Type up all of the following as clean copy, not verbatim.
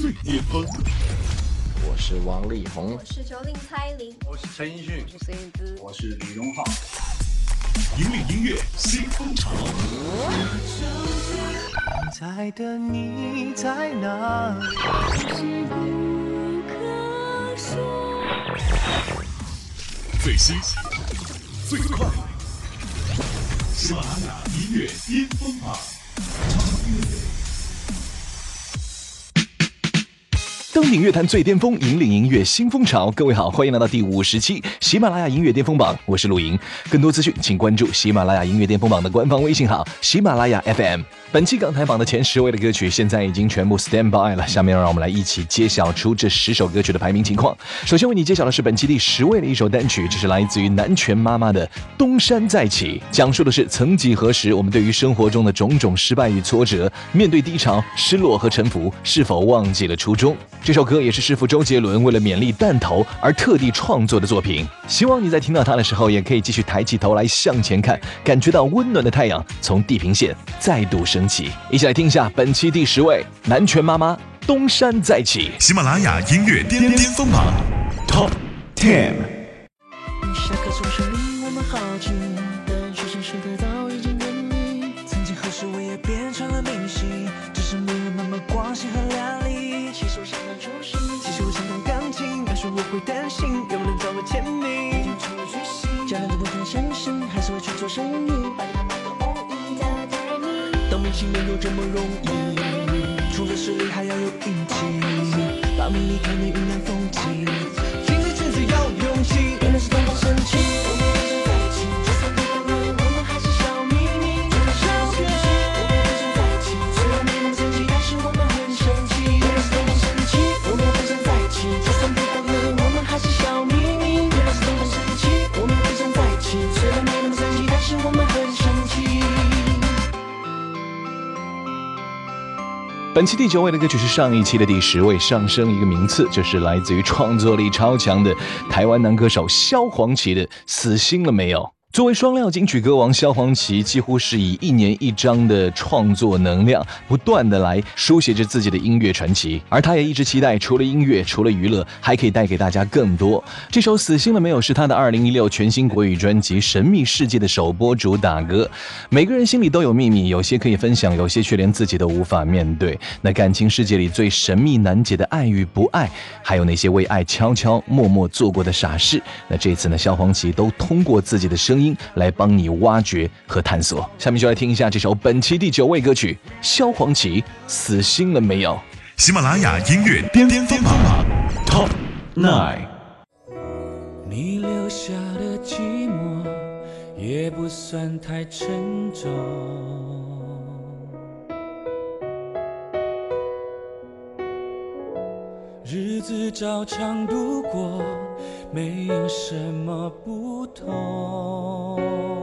最巅峰。 我是王力宏， 我是9令蔡依林， 我是陈奕迅， 我是孙燕姿， 我是李荣浩。 引领音乐新风潮。 在的你在哪里？ 最新最快，喜马拉雅音乐巅峰榜。登顶乐坛最巅峰，引领音乐新风潮。各位好，欢迎来到第50期喜马拉雅音乐巅峰榜，我是陆莹。更多资讯请关注喜马拉雅音乐巅峰榜的官方微信号喜马拉雅 FM。本期港台榜的前10位的歌曲现在已经全部 stand by 了，下面让我们来一起揭晓出这10首歌曲的排名情况。首先为你揭晓的是本期第10位的一首单曲，这是来自于南拳妈妈的《东山再起》，讲述的是曾几何时我们对于生活中的种种失败与挫折，面对低潮、失落和沉浮，是否忘记了初衷？这首歌也是师父周杰伦为了勉励弹头而特地创作的作品，希望你在听到它的时候也可以继续抬起头来向前看，感觉到温暖的太阳从地平线再度升起。一起来听一下本期第10位南拳妈妈东山再起。 喜马拉雅音乐巅峰榜 Top 10。 下课钟声令我们好奇，但学生时代早已经远离。曾经何时我也变成了明星，只是没有那么光鲜和亮丽。其实我想当厨师，其实我想当钢琴，但是我会担心有没有人找我签名。从我学习，家人都会看先生，还是会去做生意。把他们都无意的人迷，当明星没有这么容易，除了实力还要有运气，把名利可能云淡风轻。进这圈子要有勇气，原来是东方神起。我们人生在一起，就算不可能，我们还是小秘密。原来是东方神起，我们人生在一起，虽然没那么神奇，但是我们很神奇。原来是东方神起，我们人生在一起，就算不可能，我们还是小秘密。原来是东方神起，我们人生在一起，虽然没那么神奇，但是我们很神奇。 本期第9位的歌曲是上一期的第10位，上升一个名次，就是来自于创作力超强的台湾男歌手萧煌奇的《死心了没有》。作为双料金曲歌王，萧煌奇几乎是以1年1张的创作能量，不断的来书写着自己的音乐传奇。而他也一直期待，除了音乐，除了娱乐，还可以带给大家更多。这首《死心了没有》是他的2016全新国语专辑《神秘世界》的首播主打歌。每个人心里都有秘密，有些可以分享，有些却连自己都无法面对。那感情世界里最神秘难解的爱与不爱，还有那些为爱悄悄默默做过的傻事，那这次呢，萧煌奇都通过自己的声音来帮你挖掘和探索。下面就来听一下这首本期第9位歌曲萧煌奇《死心了没有》。 喜马拉雅音乐巅峰榜 Top 9。 你留下的寂寞也不算太沉重，日子照常度过，没有什么不同。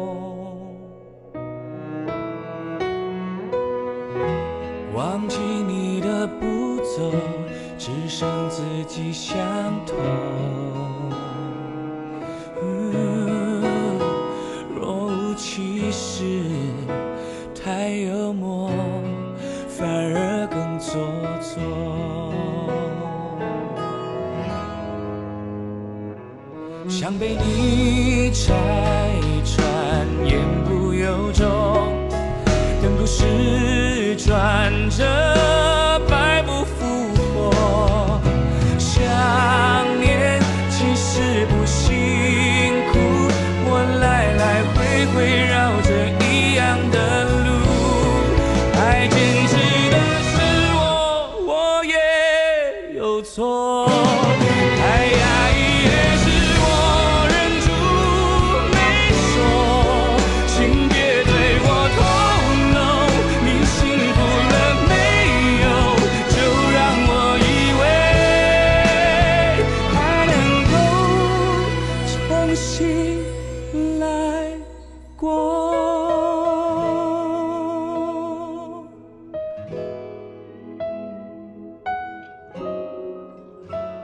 忘记你的步骤，只剩自己相同。若无其事，太幽默，反而更做作。想被你拆穿，言不由衷，更不是转折，败不复活。想念其实不辛苦，我来来回回绕着一样的路，爱坚持的是我也有错。太压抑也是我忍住没说，请别对我透露你幸福了没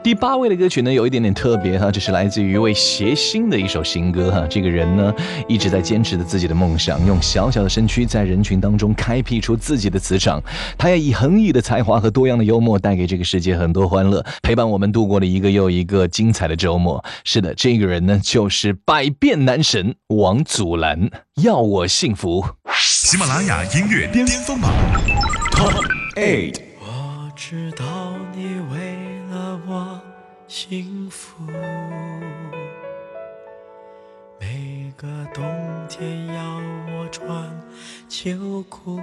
第8位的歌曲呢，有一点点特别哈，这是来自于一位谐星的一首新歌哈。这个人呢，一直在坚持着自己的梦想，用小小的身躯在人群当中开辟出自己的磁场。他也以横溢的才华和多样的幽默，带给这个世界很多欢乐，陪伴我们度过了一个又一个精彩的周末。是的，这个人呢，就是百变男神王祖蓝。要我幸福， 喜马拉雅音乐巅峰榜 Top 8。 我知道你为了我幸福，每个冬天要我穿秋裤。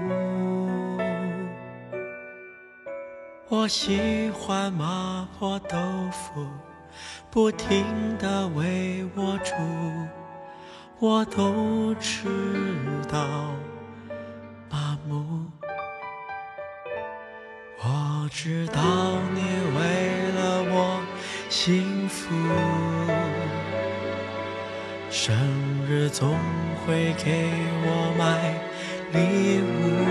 我喜欢麻婆豆腐，不停地为我煮，我都吃到麻木。我知道你为了我幸福，生日总会给我买礼物，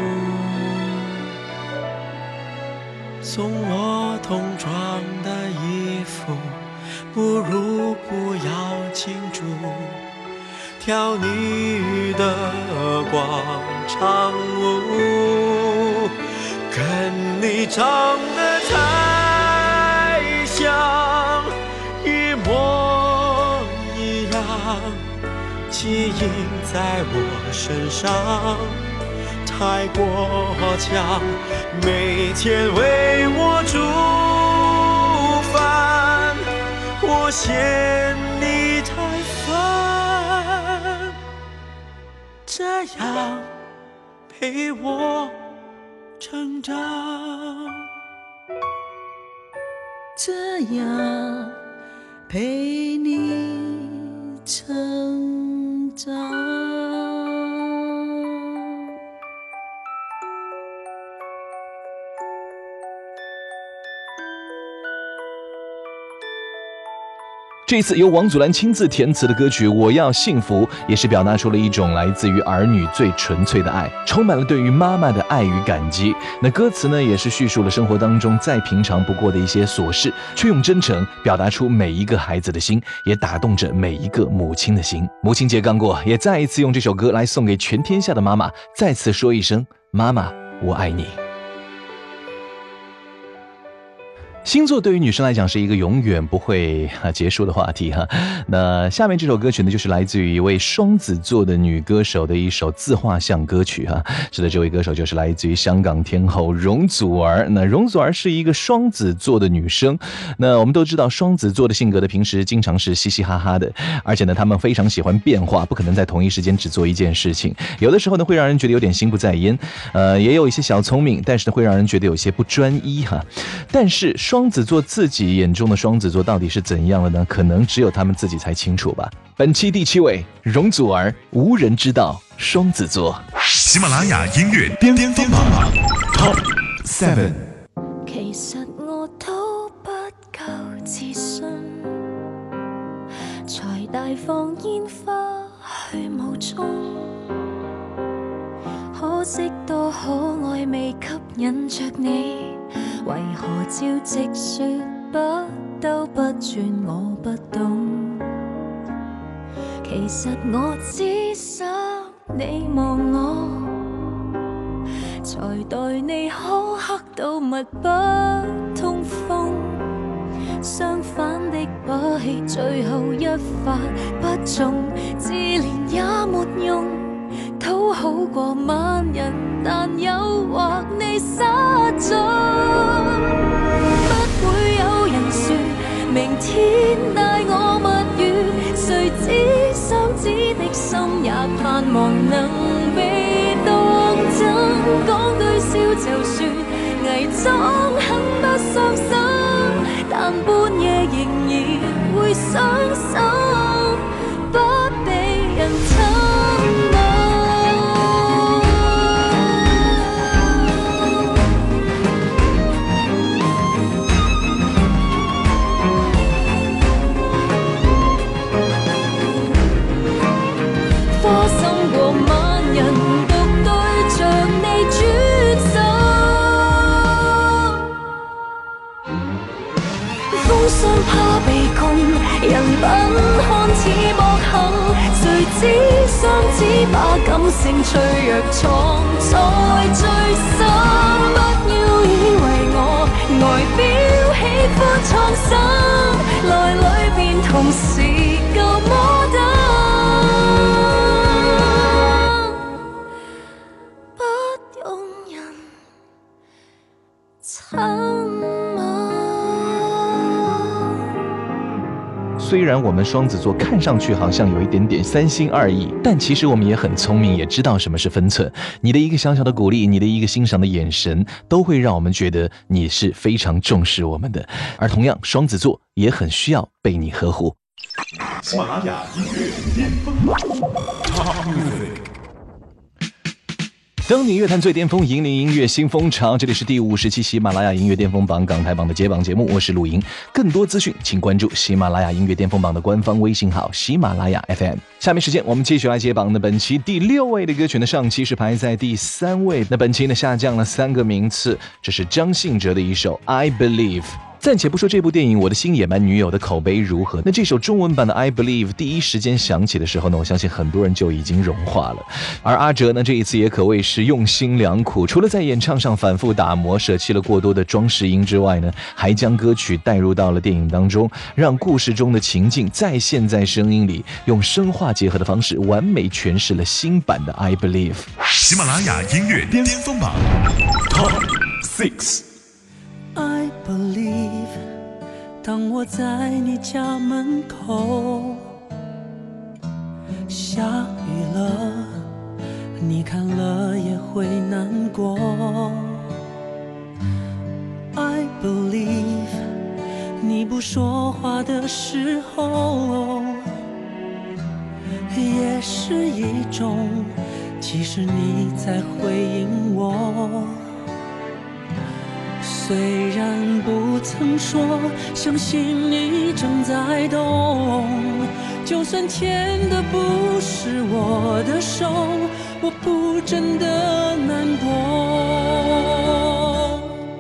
送我童装的衣服，不如不要庆祝，跳你的广场舞，跟你长得太像，一模一样，基因在我身上太过强，每天为我煮饭，我嫌你太烦，这样陪我成长， 这样陪你成长。 这次由王祖蓝亲自填词的歌曲《我要幸福》，也是表达出了一种来自于儿女最纯粹的爱，充满了对于妈妈的爱与感激。那歌词呢，也是叙述了生活当中再平常不过的一些琐事，却用真诚表达出每一个孩子的心，也打动着每一个母亲的心。母亲节刚过，也再一次用这首歌来送给全天下的妈妈，再次说一声妈妈，我爱你。星座对于女生来讲是一个永远不会结束的话题哈。那下面这首歌曲呢，就是来自于一位双子座的女歌手的一首自画像歌曲哈。是的，这位歌手就是来自于香港天后容祖儿。那容祖儿是一个双子座的女生。那我们都知道，双子座的性格的平时经常是嘻嘻哈哈的，而且呢，他们非常喜欢变化，不可能在同一时间只做一件事情。有的时候呢，会让人觉得有点心不在焉，也有一些小聪明，但是呢，会让人觉得有些不专一哈。但是双子座自己眼中的双子座到底是怎样的呢？可能只有他们自己才清楚吧。本期第7位，容祖儿，无人知道双子座。 喜马拉雅音乐巅峰榜 Top 7。 其實我都不夠自信，才大放煙花去無蹤。可惜多可愛未吸引着你，為何照直說不兜不轉我不懂。其實我只想你望我，才待你苛刻到密不通風。相反的把戲最後一發不中，自憐也沒用，討好過萬人，但誘惑你失蹤。不會有人說明天帶我蜜月，誰知相知的心也盼望能被當真。講對笑就算，偽裝很不傷心，但半夜仍然會傷心，不被人親吻。花心過晚相怕被困，人品看似薄幸，谁知雙子把感性脆弱藏在最深。不要以為我外表喜歡創新，內裏便同時舊摩登。 虽然我们双子座看上去好像有一点点三心二意，但其实我们也很聪明，也知道什么是分寸。你的一个小小的鼓励，你的一个欣赏的眼神，都会让我们觉得你是非常重视我们的。而同样，双子座也很需要被你呵护。 喜马拉雅音乐巅峰Top Music。 登顶乐坛最巅峰，引领音乐新风潮。这里是第50期喜马拉雅音乐巅峰榜港台榜的揭榜节目，我是陆莹。更多资讯请关注喜马拉雅音乐巅峰榜的官方微信号喜马拉雅 FM。下面时间我们继续来揭榜。那本期第6位的歌曲呢，上期是排在第3位，那本期呢下降了3个名次。这是张信哲的一首 I Believe。暂且不说这部电影《我的新野蛮女友》的口碑如何，那这首中文版的 I Believe 第一时间响起的时候呢，我相信很多人就已经融化了。而阿哲呢，这一次也可谓是用心良苦，除了在演唱上反复打磨，舍弃了过多的装饰音之外呢，还将歌曲带入到了电影当中，让故事中的情境再现在声音里，用声化结合的方式，完美诠释了新版的 I Believe。 喜马拉雅音乐巅峰榜 Top 6。I believe， 当我在你家门口，下雨了，你看了也会难过。I believe， 你不说话的时候，也是一种，其实你在回应我。虽然不曾说相信你正在动，就算牵的不是我的手，我不真的难过。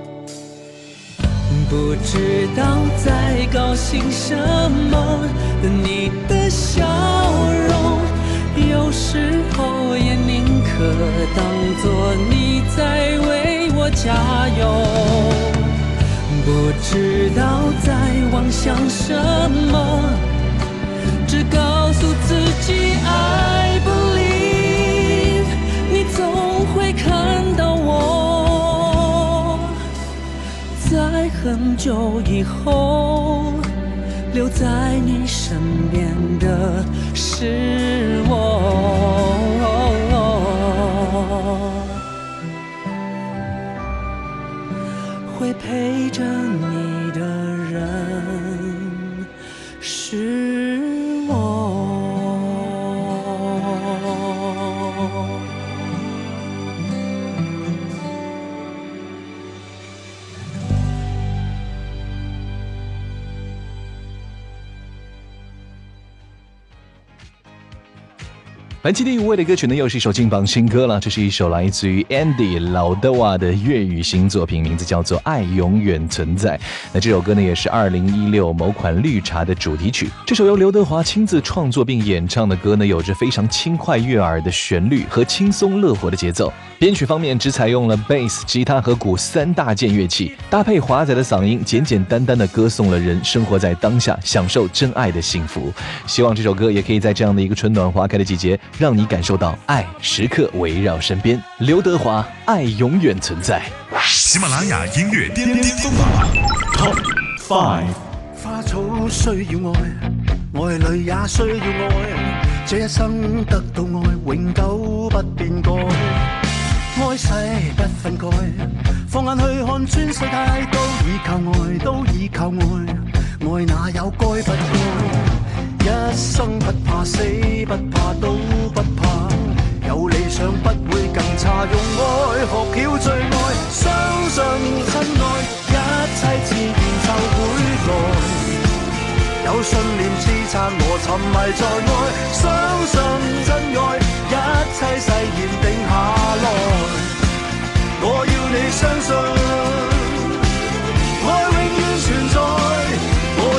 不知道在高兴什么，你的笑容有时候也宁可当作你在为我加油。不知道在妄想什么，只告诉自己 I believe， 你总会看到我，在很久以后留在你身边的是我。会陪着你的人是我。 本期第5位的歌曲呢，又是一首劲榜新歌了。这是一首来自于 Andy 老德瓦的粤语新作品，名字叫做《爱永远存在》。那这首歌呢，也是2016某款绿茶的主题曲。这首由刘德华亲自创作并演唱的歌呢，有着非常轻快悦耳的旋律和轻松乐活的节奏。编曲方面只采用了贝斯、吉他和鼓3大件乐器，搭配华仔的嗓音，简简单单的歌颂了人生活在当下，享受真爱的幸福。希望这首歌也可以在这样的一个春暖花开的季节，让你感受到爱时刻围绕身边。刘德华，爱永远存在。 喜马拉雅音乐巅峰榜 Top 5。 花草需要愛，愛侶也需要愛，這一生得到愛，永久不變改。愛世不分開，放眼去看全世界，都倚靠愛，都倚靠愛，愛哪有該不該？一生不怕死，不怕都不怕，有理想不會更差，用愛學曉最愛，相信真愛，一切自然就會來。有信念支撐我沉迷在愛，相信真愛，一切誓言定下來。我要你相信，愛永遠存在。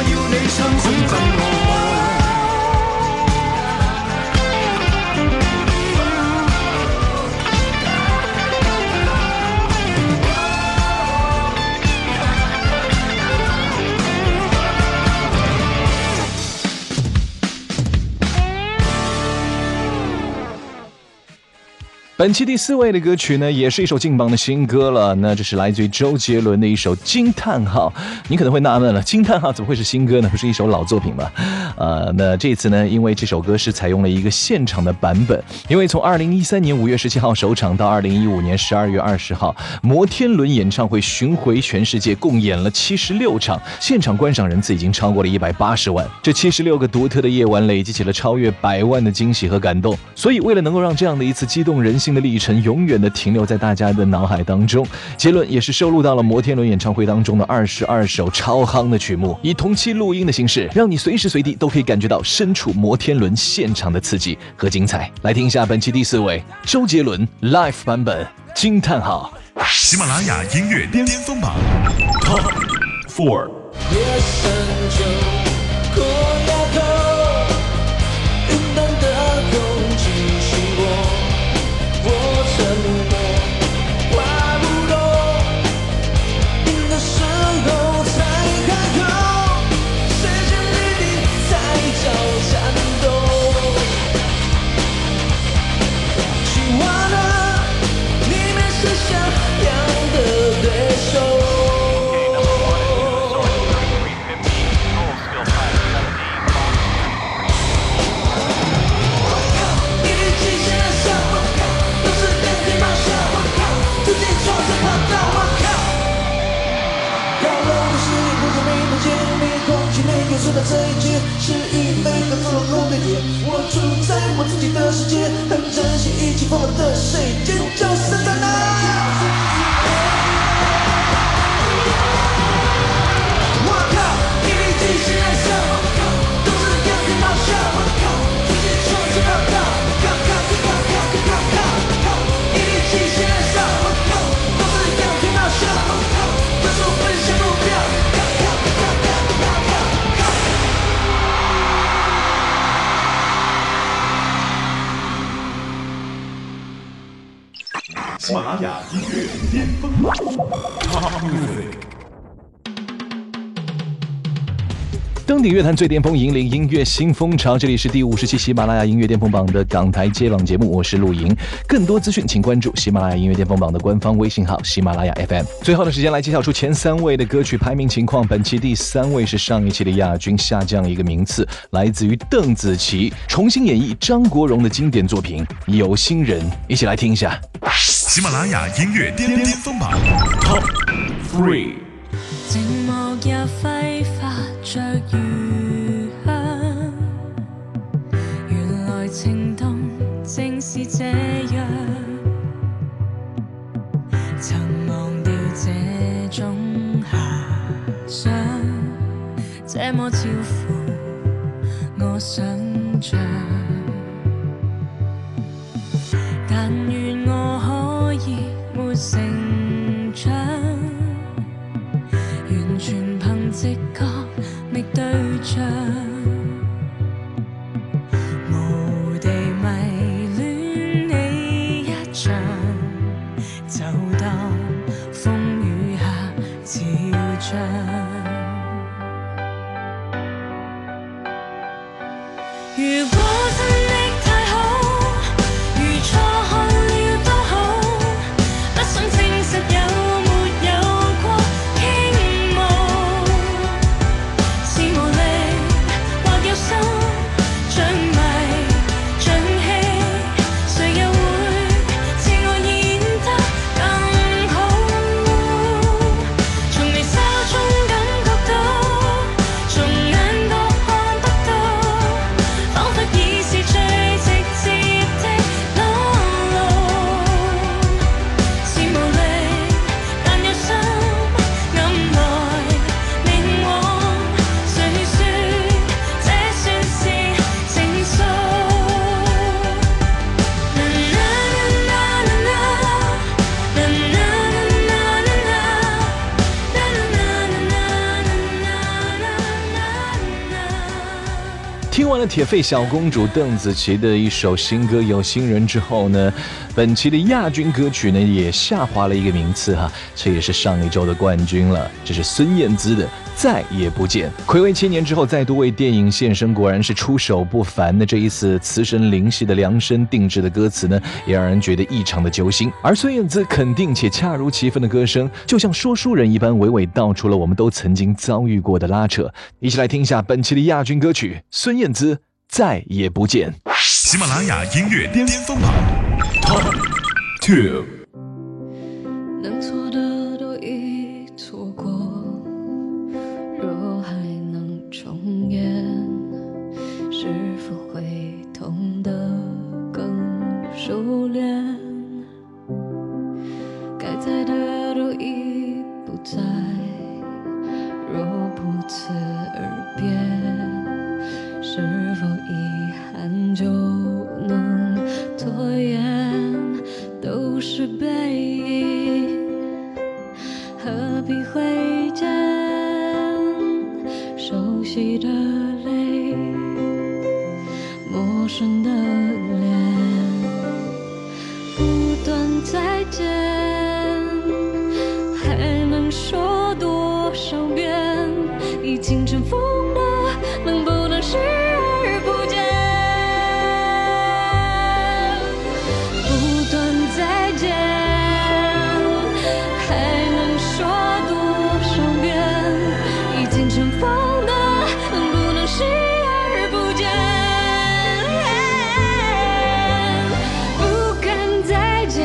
本期第4位的歌曲呢，也是一首劲爆的新歌了。那这是来自于周杰伦的一首《惊叹号》。你可能会纳闷了，《惊叹号》怎么会是新歌呢？不是一首老作品吗？那这次呢，因为这首歌是采用了一个现场的版本，因为从2013年5月17号首场到2015年12月20号，摩天轮演唱会巡回全世界，共演了76场，现场观赏人次已经超过了180万。这76个独特的夜晚，累积起了超越100万的惊喜和感动。所以，为了能够让这样的一次激动人心的历程永远的停留在大家的脑海当中，杰伦也是收录到了摩天轮演唱会当中的22首超夯的曲目，以同期录音的形式，让你随时随地都可以感觉到身处摩天轮现场的刺激和精彩。来听一下本期第4位周杰伦 Live 版本《惊叹号》。 喜马拉雅音乐巅峰榜 Top 4。 夜深就过哑口，云淡的空气稀薄，我沉默，话不多，赢的时候才开口，谁先离地才叫颤抖。希望呢，你们是想要的对手。的这一切是与每个自我对决，我处在我自己的世界，很珍惜一起疯了的谁，尖叫声在哪？我靠，一力继续燃烧，都是要听咆哮，直接冲着跑道，一力继续燃烧，都是要听咆哮，跟我分享目标。 喜马拉雅音乐巅峰榜 Top Music。 登顶乐坛最巅峰，引领音乐新风潮。这里是第50期喜马拉雅音乐巅峰榜的港台接榜节目，我是陆莹。更多资讯请关注喜马拉雅音乐巅峰榜的官方微信号喜马拉雅 FM。最后的时间来揭晓出前3位的歌曲排名情况。本期第3位是上一期的亚军，下降一个名次，来自于邓紫棋，重新演绎张国荣的经典作品《有心人》，一起来听一下。 喜马拉雅音乐巅峰榜 Top 3。 寂寞也揮發着餘香，原來情動正是這樣，曾忘掉這種遐想，這麼超乎我想像，但願我可以沒成長，完全憑直覺覓對象，無地迷戀你一場，就當風雨下潮漲。如果真的太好，如錯看了都好，不想證實有沒有過傾慕，是無力或有心，像迷像戲，誰又會似我演得更好？從離騷中感覺到，從眼角看得到，彷彿已是最直接的裸露，是無力但有心，暗來明往，誰說這算是成熟？ 听完了铁肺小公主邓紫棋的一首新歌《有心人》之后呢，本期的亚军歌曲呢也下滑了一个名次哈，这也是上一周的冠军了。这是孙燕姿的《 再也不见。睽违7年之后再度为电影献声，果然是出手不凡。那这一次词神灵犀的量身定制的歌词呢，也让人觉得异常的揪心。而孙燕姿肯定且恰如其分的歌声，就像说书人一般，娓娓道出了我们都曾经遭遇过的拉扯。一起来听一下本期的亚军歌曲，孙燕姿再也不见。 喜马拉雅音乐巅峰榜 Top 2。 能错的都已错过，若还能重演，是否会痛得更熟练？该在的都已不在，若不辞而别，是否遗憾就能拖延？都是背影，何必挥剑？熟悉的泪，陌生的脸，不断再见，还能说多少遍？已经尘封的，能不能视而不见？不断再见，还能说多少遍？已经尘封的，能不能视而不见？不敢再见，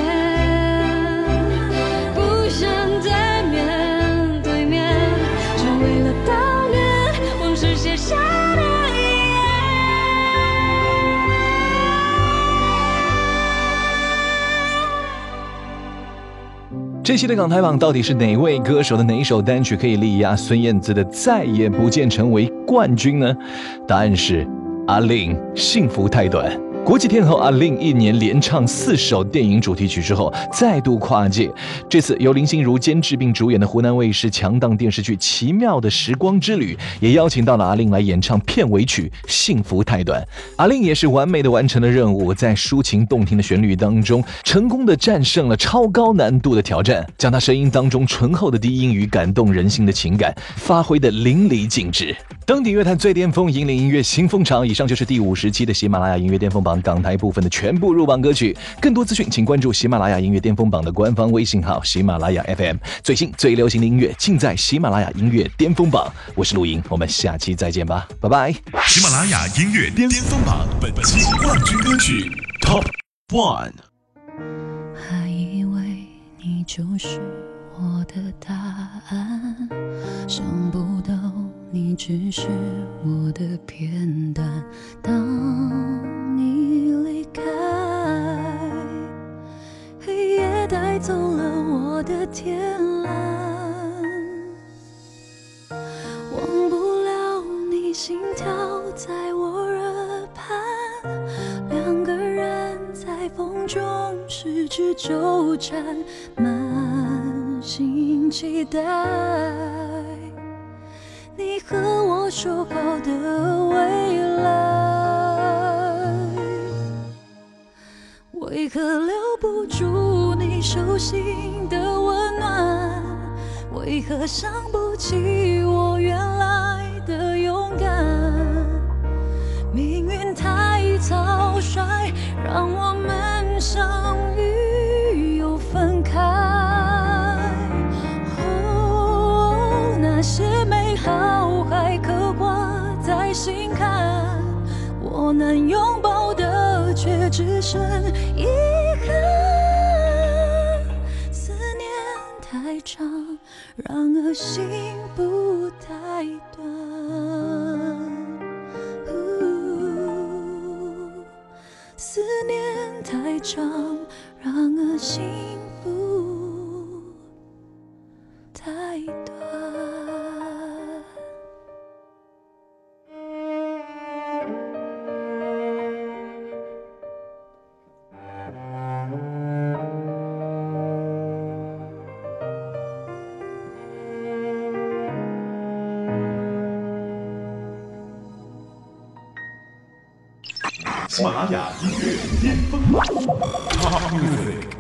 不想再面对面，只为了当年往事写下的遗言。 这期的港台榜到底是哪位歌手的哪一首单曲可以力压孙燕姿的再也不见成为冠军呢？答案是阿令，幸福太短。国际天后阿令一年连唱4首电影主题曲之后，再度跨界。这次由林心如监制并主演的湖南卫视强档电视剧《奇妙的时光之旅》也邀请到了阿令来演唱片尾曲《幸福太短》。阿令也是完美的完成了任务，在抒情动听的旋律当中，成功的战胜了超高难度的挑战，将他声音当中醇厚的低音与感动人心的情感发挥的淋漓尽致。登顶乐坛最巅峰，引领音乐新风潮。以上就是第50期的喜马拉雅音乐巅峰榜港台部分的全部入榜歌曲。更多资讯请关注喜马拉雅音乐巅峰榜的官方微信号喜马拉雅 FM， 最新最流行的音乐尽在喜马拉雅音乐巅峰榜。我是陆莹，我们下期再见吧，拜拜。 喜马拉雅音乐巅峰榜本期冠军歌曲 Top 1。 还以为你就是我的答案，想不到你只是我的片段。当你离开，黑夜带走了我的天蓝，忘不了你心跳在我耳畔，两个人在风中失去纠缠，满心期待你和我说好的未来，为何留不住你手心的温暖？为何想不起我原来的勇敢？命运太草率，让我们相遇又分开。那些美好还刻挂在心坎，我能拥抱的却只剩遗憾。思念太长，然而心不太短。思念太长，然而心不太短。 喜马拉雅音乐巅峰榜 Top Music。